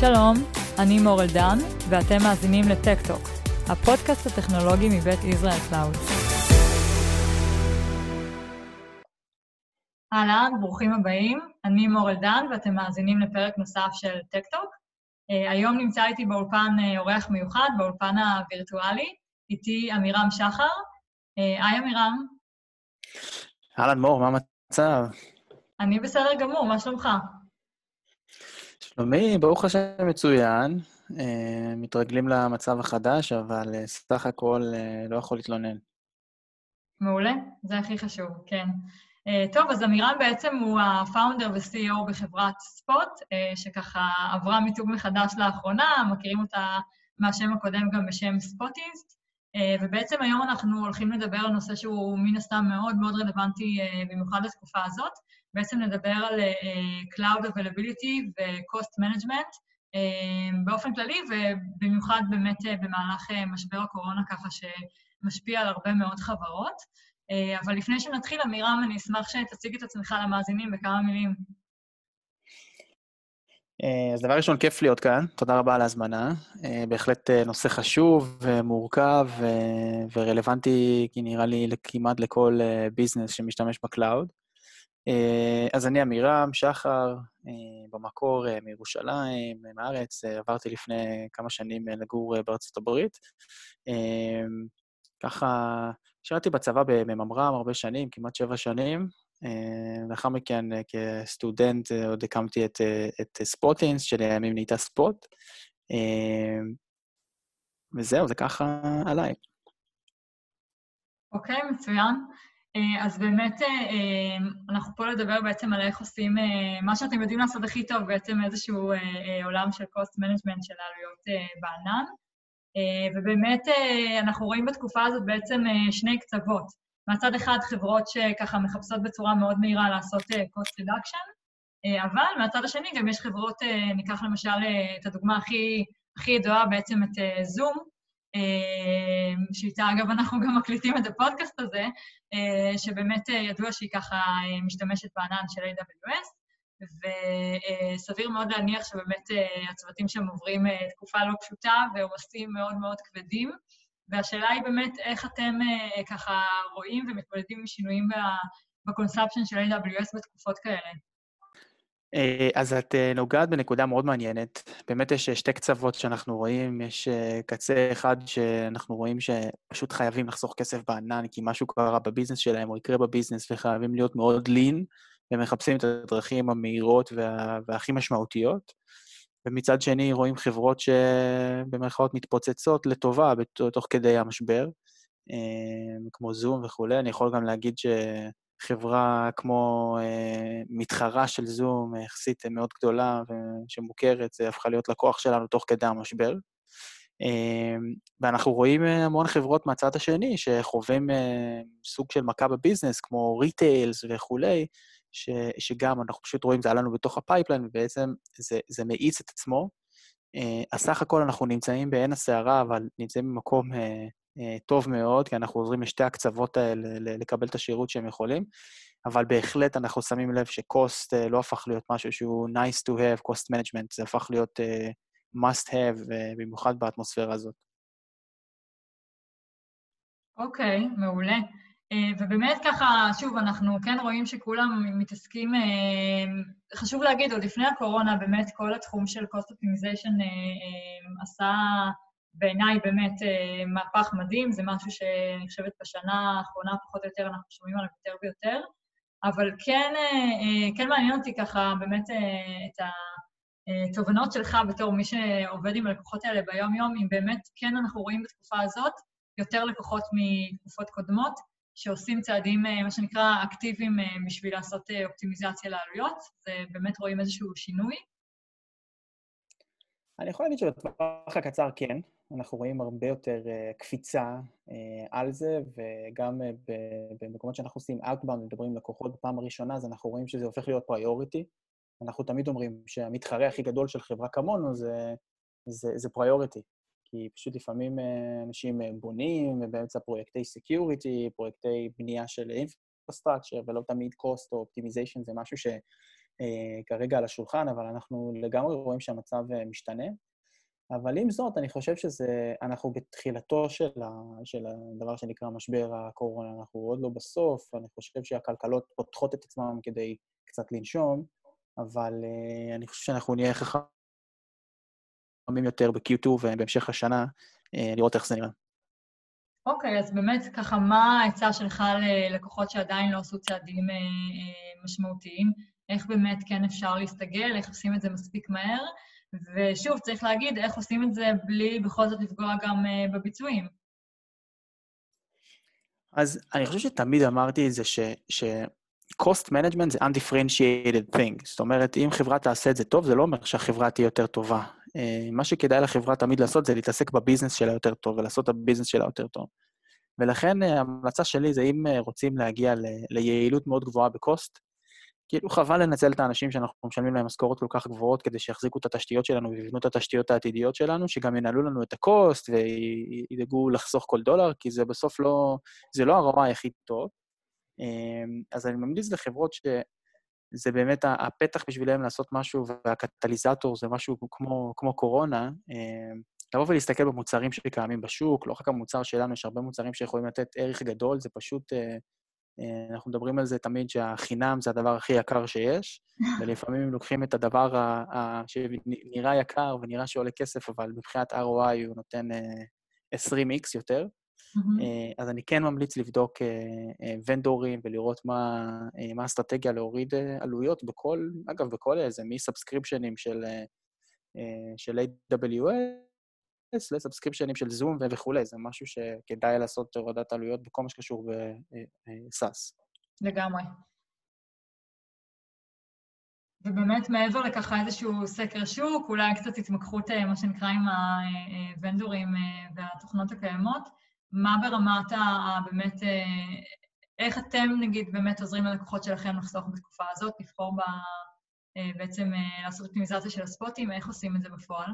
שלום, אני מור אלדן, ואתם מאזינים לטק-טוק, הפודקאסט הטכנולוגי מבית ישראל קלאוד. אהלן, ברוכים הבאים, אני מור אלדן, ואתם מאזינים לפרק נוסף של טק-טוק. היום נמצא איתי באולפן אורח מיוחד, באולפן הווירטואלי, איתי אמירם שחר. היי אמירם. אהלן מור, מה המצב? אני בסדר גמור, מה שלומך? שלומי, ברוך השם מצוין, מתרגלים למצב החדש, אבל סך הכל לא יכול להתלונן. מעולה, זה הכי חשוב, כן. טוב, אז אמירם בעצם הוא הפאונדר ו-CEO בחברת ספוט, שככה עברה מיתוג מחדש לאחרונה, מכירים אותה מהשם הקודם גם בשם ספוטיסט, ובעצם היום אנחנו הולכים לדבר על נושא שהוא מן הסתם מאוד מאוד רלוונטי במיוחד לתקופה הזאת, בעצם נדבר על Cloud Availability ו-Cost Management באופן כללי, ובמיוחד באמת במהלך משבר הקורונה ככה שמשפיע על הרבה מאוד חברות. אבל לפני שנתחיל, אמירם, אני אשמח שתציג את עצמך למאזינים בכמה מילים. אז דבר ראשון, כיף להיות כאן, תודה רבה על ההזמנה. בהחלט נושא חשוב ומורכב ורלוונטי, כי נראה לי כמעט לכל ביזנס שמשתמש בקלאוד. אז אני אמירם שחר, במקור מירושלים, מארץ, עברתי לפני כמה שנים לגור בארצות הברית. ככה, שירתי בצבא בממר"ם הרבה שנים, כמעט 7 שנים. לאחר מכן, כסטודנט, עוד הקמתי את ספוטינס, שלימים נהייתה ספוט. וזהו, זה ככה עליי. אוקיי, מצוין. אז באמת, אנחנו פה לדבר בעצם על איך עושים מה שאתם יודעים לעשות הכי טוב, בעצם איזשהו עולם של cost management של העלויות בענן. ובאמת אנחנו רואים בתקופה הזאת בעצם שני קצוות. מהצד אחד חברות שככה מחפשות בצורה מאוד מהירה לעשות cost reduction, אבל מהצד השני גם יש חברות, ניקח למשל את הדוגמה הכי ידועה בעצם את זום, שאיתה אגב אנחנו גם מקליטים את הפודקאסט הזה, שבאמת ידוע שהיא ככה משתמשת בענן של AWS, וסביר מאוד להניח שבאמת הצוותים שם עוברים תקופה לא פשוטה ועומסים מאוד מאוד כבדים, והשאלה היא באמת איך אתם ככה רואים ומתמודדים עם שינויים בקונספשן של AWS בתקופות כאלה. אז את נוגעת בנקודה מאוד מעניינת. באמת יש שתי קצוות שאנחנו רואים, יש קצה אחד שאנחנו רואים שפשוט חייבים לחסוך כסף בענן, כי משהו קרה בביזנס שלהם או יקרה בביזנס וחייבים להיות מאוד לין, ומחפשים את הדרכים המהירות והכי משמעותיות. ומצד שני רואים חברות שבמרכאות מתפוצצות לטובה תוך כדי המשבר, כמו זום וכו'. אני יכול גם להגיד חברה כמו מתחרה של זום, יחסית מאוד גדולה ושמוכרת, זה הפכה להיות לקוח שלנו תוך כדי המשבר. ואנחנו רואים המון חברות מהצד השני שחווים סוג של מכה בביזנס, כמו ריטיילס וכולי, שגם אנחנו פשוט רואים, זה היה לנו בתוך הפייפליין, ובעצם זה מאיץ את עצמו. הסך הכל אנחנו נמצאים בעין הסערה, אבל נמצאים במקום טוב מאוד, כי אנחנו עוזרים לשתי הקצוות האלה לקבל את השירות שהם יכולים, אבל בהחלט אנחנו שמים לב שקוסט לא הפך להיות משהו שהוא nice to have, cost management, זה הפך להיות must have, במיוחד באטמוספירה הזאת. אוקיי, מעולה. ובאמת ככה, שוב, אנחנו כן רואים שכולם מתעסקים, חשוב להגיד, עוד לפני הקורונה, באמת כל התחום של cost optimization עשה בעיניי באמת מהפך מדהים, זה משהו שאני חושבת בשנה האחרונה פחות או יותר אנחנו שומעים עליו יותר ויותר, אבל כן מעניין אותי ככה באמת את התובנות שלך בתור מי שעובד עם הלקוחות האלה ביום-יום, אם באמת כן אנחנו רואים בתקופה הזאת יותר לקוחות מתקופות קודמות, שעושים צעדים, מה שנקרא, אקטיביים בשביל לעשות אופטימיזציה לעלויות, ובאמת רואים איזשהו שינוי. אני יכול להגיד שבטווח הקצר כן, אנחנו רואים הרבה יותר קפיצה על זה, וגם במקומות שאנחנו עושים outbound, מדברים עם לקוחות בפעם הראשונה, אז אנחנו רואים שזה הופך להיות priority. אנחנו תמיד אומרים שהמתחרה הכי גדול של חברה כמונו זה priority, כי פשוט לפעמים אנשים בונים באמצע פרויקטי security, פרויקטי בנייה של infrastructure, ולא תמיד cost או optimization זה משהו כרגע על השולחן, אבל אנחנו לגמרי רואים שהמצב משתנה. אבל עם זאת, אני חושב אנחנו בתחילתו של הדבר שנקרא משבר הקורונה, אנחנו עוד לא בסוף, אני חושב שהכלכלות פותחות את עצמם כדי קצת לנשום, אבל אני חושב שאנחנו נהיה חכמים יותר ב-Q2 ובהמשך השנה, לראות איך זה נראה. אוקיי, אז באמת ככה, מה העצה שלך ללקוחות שעדיין לא עשו צעדים משמעותיים? איך באמת כן אפשר להסתגל, איך עושים את זה מספיק מהר? ושוב, צריך להגיד איך עושים את זה בלי בכל זאת לפגוע גם בביצועים. אז אני חושב שתמיד אמרתי את זה cost management זה undifferentiated thing. זאת אומרת, אם חברה תעשה את זה טוב, זה לא אומר שהחברה תהיה יותר טובה. מה שכדאי לחברה תמיד לעשות זה להתעסק בביזנס שלה יותר טוב, ולעשות את הביזנס שלה יותר טוב. ולכן ההמלצה שלי זה אם רוצים להגיע ליעילות מאוד גבוהה בקוסט, כאילו חבל לנצל את האנשים שאנחנו משלמים להם משכורות כל כך גבוהות כדי שיחזיקו את התשתיות שלנו ויבנו את התשתיות העתידיות שלנו, שגם ינהלו לנו את הקוסט וידאגו לחסוך כל דולר, כי זה בסוף זה לא הרמה הכי טוב. אז אני ממליץ לחברות שזה באמת הפתח בשבילם לעשות משהו, והקטליזטור זה משהו כמו קורונה, לבוא ולהסתכל במוצרים שקיימים בשוק, לא רק המוצר שלנו, יש הרבה מוצרים שיכולים לתת ערך גדול, זה פשוט, אנחנו מדברים על זה תמיד שהחינם זה הדבר הכי יקר שיש, ולפעמים לוקחים את הדבר שנראה יקר ונראה שעולה כסף, אבל מבחינת ROI הוא נותן 20x יותר, אז אני כן ממליץ לבדוק ונדורים ולראות מה האסטרטגיה להוריד עלויות אגב, בכל איזה, מסאבסקריפשנים של AWS לסאבסקריפשנים של זום וכולי, זה משהו שכדאי לעשות הורדת עלויות בכל מה שקשור ב-SaaS. לגמרי. ובאמת מעבר לככה איזשהו סקר שוק, אולי קצת התמקחות, מה שנקרא, עם הוונדורים והתוכנות הקיימות, מה ברמת באמת, איך אתם נגיד באמת עוזרים ללקוחות שלכם לחסוך בתקופה הזאת, לבחור בעצם לעשות אופטימיזציה של הספוטים, איך עושים את זה בפועל?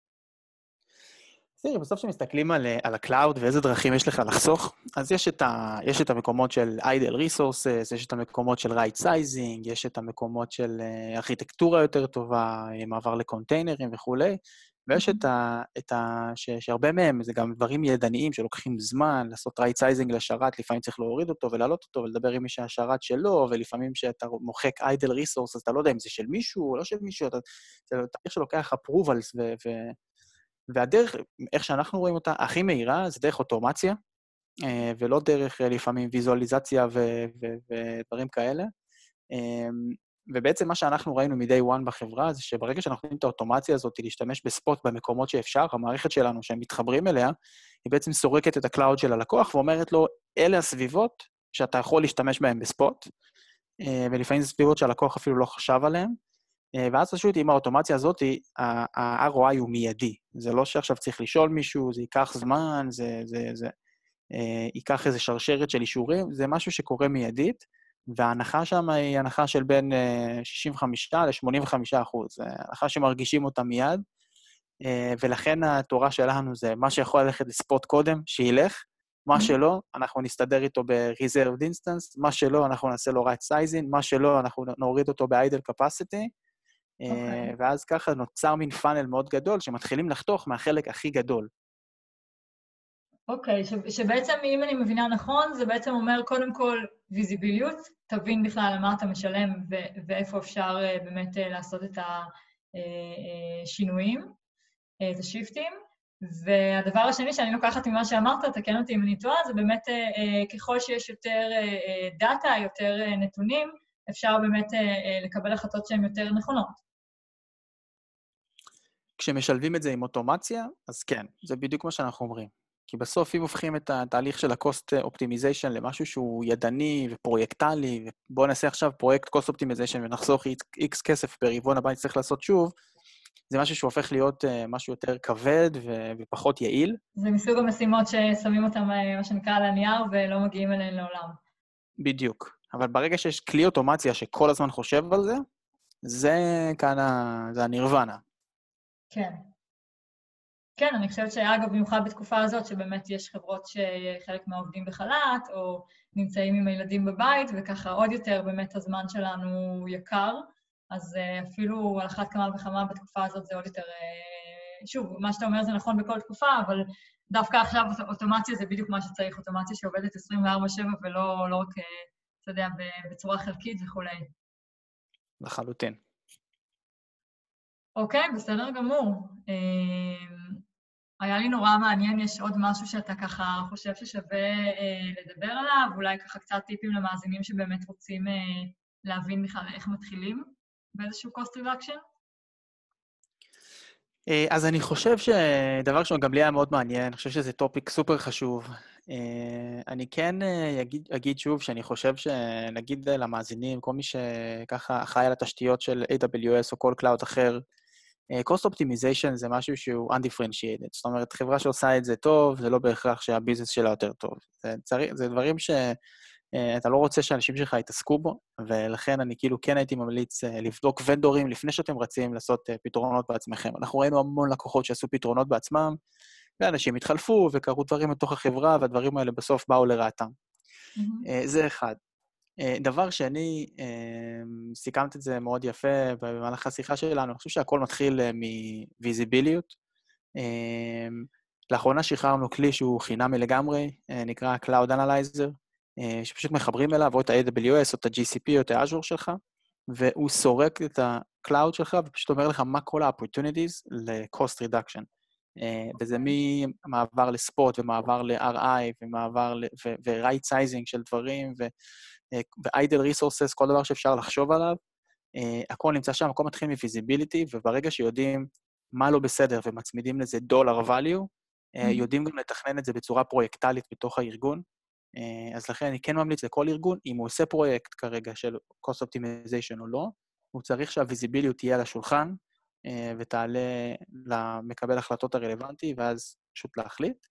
תראי, בסוף שמסתכלים על הקלאוד ואיזה דרכים יש לך לחסוך, אז יש את המקומות של idle resources, יש את המקומות של right sizing, יש את המקומות של ארכיטקטורה יותר טובה, מעבר לקונטיינרים וכולי, ויש שהרבה מהם, זה גם דברים ידניים שלוקחים זמן, לעשות right sizing לשרת, לפעמים צריך להוריד אותו ולהעלות אותו, ולדבר עם מי שהשרת שלו, ולפעמים שאתה מוחק idle resources, אתה לא יודע אם זה של מישהו או לא של מישהו, זה תהליך שלוקח approvals והדרך, איך שאנחנו רואים אותה, הכי מהירה, זה דרך אוטומציה, ולא דרך לפעמים ויזואליזציה ודברים כאלה. ובעצם מה שאנחנו ראינו מ-day one בחברה, זה שברגע שאנחנו נותנים את האוטומציה הזאת, להשתמש בספוט במקומות שאפשר, המערכת שלנו שהם מתחברים אליה, היא בעצם סורקת את הקלאוד של הלקוח, ואומרת לו, אלה הסביבות שאתה יכול להשתמש בהן בספוט, ולפעמים זה סביבות שהלקוח אפילו לא חשב עליהן, ואז פשוט עם האוטומציה הזאת, ה-ROI הוא מיידי. זה לא שעכשיו צריך לשאול מישהו, זה ייקח זמן, זה ייקח איזו שרשרת של אישורים, זה משהו שקורה מיידית, וההנחה שם היא הנחה של בין 65 ל-85%. זה הנחה שמרגישים אותה מיד, ולכן התורה שלנו זה מה שיכול ללכת לספוט קודם, שילך, מה שלא, אנחנו נסתדר איתו ב-reserved instance, מה שלא, אנחנו נעשה לו right sizing, מה שלא, אנחנו נוריד אותו ב-idle capacity, ואז ככה נוצר מין פאנל מאוד גדול, שמתחילים לחתוך מהחלק הכי גדול. אוקיי, שבעצם, אם אני מבינה נכון, זה בעצם אומר, קודם כל, ויזיביליות, תבין בכלל על מה אתה משלם, ואיפה אפשר באמת לעשות את השינויים, את השיפטים. והדבר השני שאני לוקחת ממה שאמרת, תקן אותי אם אני טועה, זה באמת, ככל שיש יותר דאטה, יותר נתונים, אפשר באמת לקבל החלטות שהן יותר נכונות. כשמשלבים את זה עם אוטומציה, אז כן, זה בדיוק מה שאנחנו אומרים. כי בסוף, אם הופכים את התהליך של ה-cost optimization למשהו שהוא ידני ופרויקטלי, ובואו נעשה עכשיו פרויקט cost optimization ונחסוך X כסף ברבעון הבא צריך לעשות שוב, זה משהו שהוא הופך להיות משהו יותר כבד ופחות יעיל. זה מסוג המשימות ששמים אותם, מה שנקרא, על הנייר ולא מגיעים אליהן לעולם. בדיוק. אבל ברגע שיש כלי אוטומציה שכל הזמן חושב על זה, זה כאן זה הנירוונה. כן. כן, אני חושבת שאגב, במיוחד בתקופה הזאת, שבאמת יש חברות שחלק מהעובדים בחל"ת, או נמצאים עם הילדים בבית, וככה עוד יותר באמת הזמן שלנו יקר, אז אפילו על אחת כמה וכמה בתקופה הזאת זה עוד יותר... שוב, מה שאתה אומר זה נכון בכל תקופה, אבל דווקא עכשיו אוטומציה זה בדיוק מה שצריך, אוטומציה שעובדת 24/7 ולא לא רק, אתה יודע, בצורה חלקית וכולי. לחלוטין. אוקיי, בסדר גמור. היה לי נורא מעניין, יש עוד משהו שאתה ככה חושב ששווה לדבר עליו, אולי ככה קצת טיפים למאזינים שבאמת רוצים להבין בכלל איך מתחילים באיזשהו cost reduction? אז אני חושב שדבר ראשון, גם לי היה מאוד מעניין, אני חושב שזה טופיק סופר חשוב. אני כן אגיד שוב שאני חושב שנגיד למאזינים, כל מי שככה אחראי על התשתיות של AWS או כל קלאוד אחר, cost optimization זה משהו שהוא undifferentiated, זאת אומרת, חברה שעושה את זה טוב, זה לא בהכרח שהביזנס שלה יותר טוב. זה דברים שאתה לא רוצה שאנשים שלך יתעסקו בו, ולכן אני כאילו כן הייתי ממליץ לבדוק ונדורים לפני שאתם רצים לעשות פתרונות בעצמכם. אנחנו ראינו המון לקוחות שעשו פתרונות בעצמם, ואנשים התחלפו וקרו דברים בתוך החברה, והדברים האלה בסוף באו לרעתם. זה אחד. דבר שני, סיכמת את זה מאוד יפה במהלך השיחה שלנו, אני חושב שהכל מתחיל מוויזיביליות. לאחרונה שחררנו כלי שהוא חינמי לגמרי, נקרא Cloud Analyzer, שפשוט מחברים אליו או את ה-AWS או את ה-GCP או את ה-Azure שלך, והוא סורק את ה-Cloud שלך ופשוט אומר לך מה כל ה-opportunities ל-cost reduction. וזה ממעבר לספוט ומעבר ל-RI ומעבר ו-right sizing של דברים ו-idle resources, כל דבר שאפשר לחשוב עליו, הכל נמצא שם, הכל מתחיל מ-visibility, וברגע שיודעים מה לא בסדר ומצמידים לזה dollar value, יודעים גם לתכנן את זה בצורה פרויקטלית בתוך הארגון, אז לכן אני כן ממליץ לכל ארגון, אם הוא עושה פרויקט כרגע של cost optimization או לא, הוא צריך שה-visibility תהיה על השולחן, ותעלה למקבל החלטות הרלוונטי, ואז פשוט להחליט.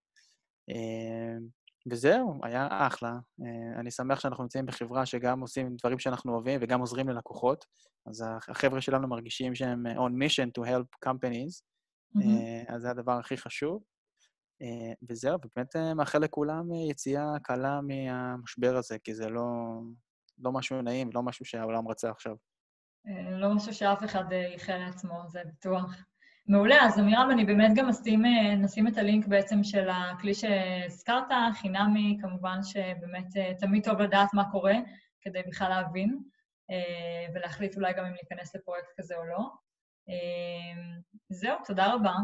וזהו, היה אחלה. אני שמח שאנחנו נמצאים בחברה שגם עושים דברים שאנחנו אוהבים, וגם עוזרים ללקוחות. אז החבר'ה שלנו מרגישים שהם on mission to help companies, אז זה הדבר הכי חשוב. וזהו, באמת מאחל לכולם יציאה קלה מהמשבר הזה, כי זה לא משהו נעים, לא משהו שהעולם רצה עכשיו. לא משהו שאף אחד ייחל לעצמו, זה בטוח. מעולה, אז אמירם, אני באמת גם נשים את הלינק בעצם של הכלי שהזכרת, חינמי, כמובן שבאמת תמיד טוב לדעת מה קורה, כדי בכלל להבין, ולהחליט אולי גם אם להיכנס לפרויקט כזה או לא. זהו, תודה רבה.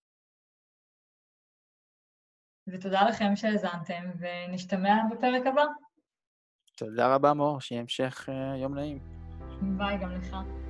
ותודה לכם שהאזנתם, ונשתמע בפרק הבא. תודה רבה, מור, שיהיה המשך יום נעים. ביי, גם לך.